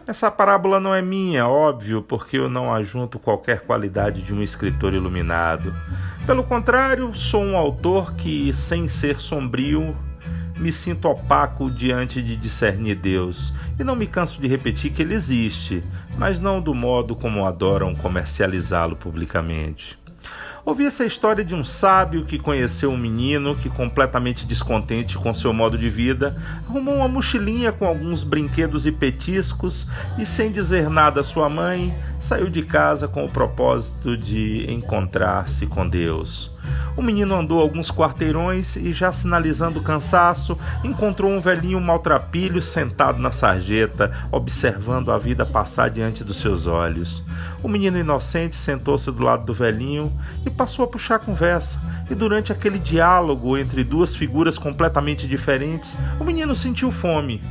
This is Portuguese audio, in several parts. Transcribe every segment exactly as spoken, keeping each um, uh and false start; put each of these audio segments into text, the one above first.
Essa parábola não é minha, óbvio, porque eu não ajunto qualquer qualidade de um escritor iluminado. Pelo contrário, sou um autor que, sem ser sombrio, me sinto opaco diante de discernir Deus, e não me canso de repetir que ele existe, mas não do modo como adoram comercializá-lo publicamente. Ouvi essa história de um sábio que conheceu um menino que, completamente descontente com seu modo de vida, arrumou uma mochilinha com alguns brinquedos e petiscos e, sem dizer nada à sua mãe, saiu de casa com o propósito de encontrar-se com Deus. O menino andou alguns quarteirões e, já sinalizando cansaço, encontrou um velhinho maltrapilho sentado na sarjeta, observando a vida passar diante dos seus olhos. O menino inocente sentou-se do lado do velhinho e passou a puxar conversa, e durante aquele diálogo entre duas figuras completamente diferentes, o menino sentiu fome.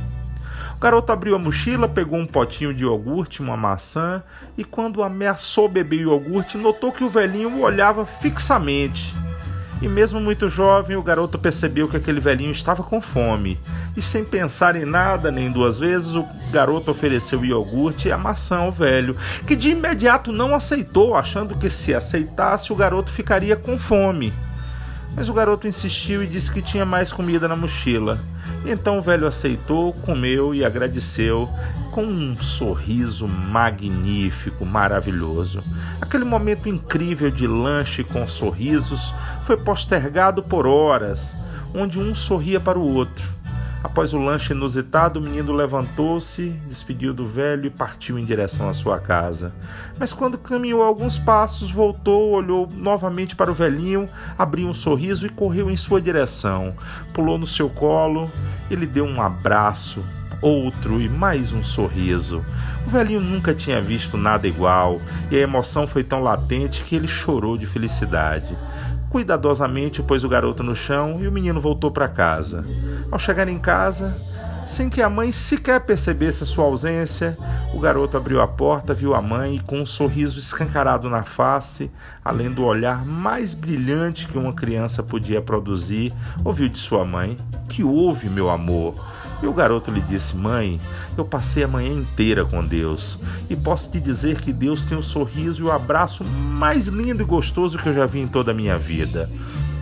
O garoto abriu a mochila, pegou um potinho de iogurte, uma maçã, e quando ameaçou beber o iogurte, notou que o velhinho o olhava fixamente. E mesmo muito jovem, o garoto percebeu que aquele velhinho estava com fome. E sem pensar em nada, nem duas vezes, o garoto ofereceu o iogurte e a maçã ao velho, que de imediato não aceitou, achando que se aceitasse o garoto ficaria com fome. Mas o garoto insistiu e disse que tinha mais comida na mochila. Então o velho aceitou, comeu e agradeceu com um sorriso magnífico, maravilhoso. Aquele momento incrível de lanche com sorrisos foi postergado por horas, onde um sorria para o outro. Após o lanche inusitado, o menino levantou-se, despediu do velho e partiu em direção à sua casa. Mas quando caminhou alguns passos, voltou, olhou novamente para o velhinho, abriu um sorriso e correu em sua direção. Pulou no seu colo e lhe deu um abraço, outro e mais um sorriso. O velhinho nunca tinha visto nada igual e a emoção foi tão latente que ele chorou de felicidade. Cuidadosamente pôs o garoto no chão e o menino voltou para casa. Ao chegar em casa, sem que a mãe sequer percebesse a sua ausência, o garoto abriu a porta, viu a mãe e, com um sorriso escancarado na face, além do olhar mais brilhante que uma criança podia produzir, ouviu de sua mãe: "Que houve, meu amor?" E o garoto lhe disse: "Mãe, eu passei a manhã inteira com Deus e posso te dizer que Deus tem o sorriso e o abraço mais lindo e gostoso que eu já vi em toda a minha vida."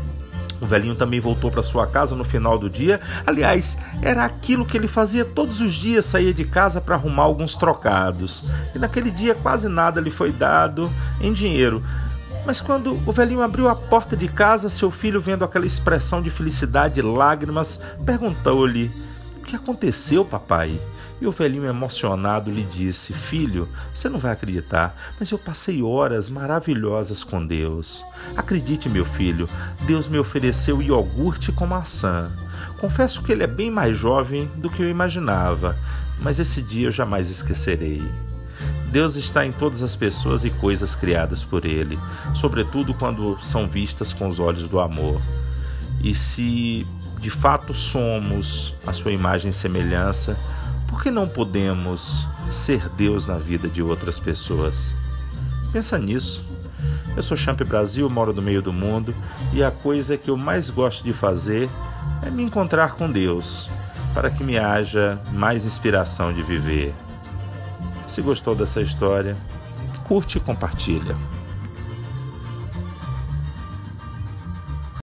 O velhinho também voltou para sua casa no final do dia. Aliás, era aquilo que ele fazia todos os dias, saía de casa para arrumar alguns trocados. E naquele dia quase nada lhe foi dado em dinheiro. Mas quando o velhinho abriu a porta de casa, seu filho, vendo aquela expressão de felicidade e lágrimas, perguntou-lhe: "O que aconteceu, papai?" E o velhinho, emocionado, lhe disse: "Filho, você não vai acreditar, mas eu passei horas maravilhosas com Deus. Acredite, meu filho, Deus me ofereceu iogurte com maçã. Confesso que ele é bem mais jovem do que eu imaginava, mas esse dia eu jamais esquecerei. Deus está em todas as pessoas e coisas criadas por Ele, sobretudo quando são vistas com os olhos do amor. E se de fato somos a sua imagem e semelhança, por que não podemos ser Deus na vida de outras pessoas? Pensa nisso. Eu sou Champ Brasil, moro no meio do mundo, e a coisa que eu mais gosto de fazer é me encontrar com Deus, para que me haja mais inspiração de viver. Se gostou dessa história, curte e compartilha.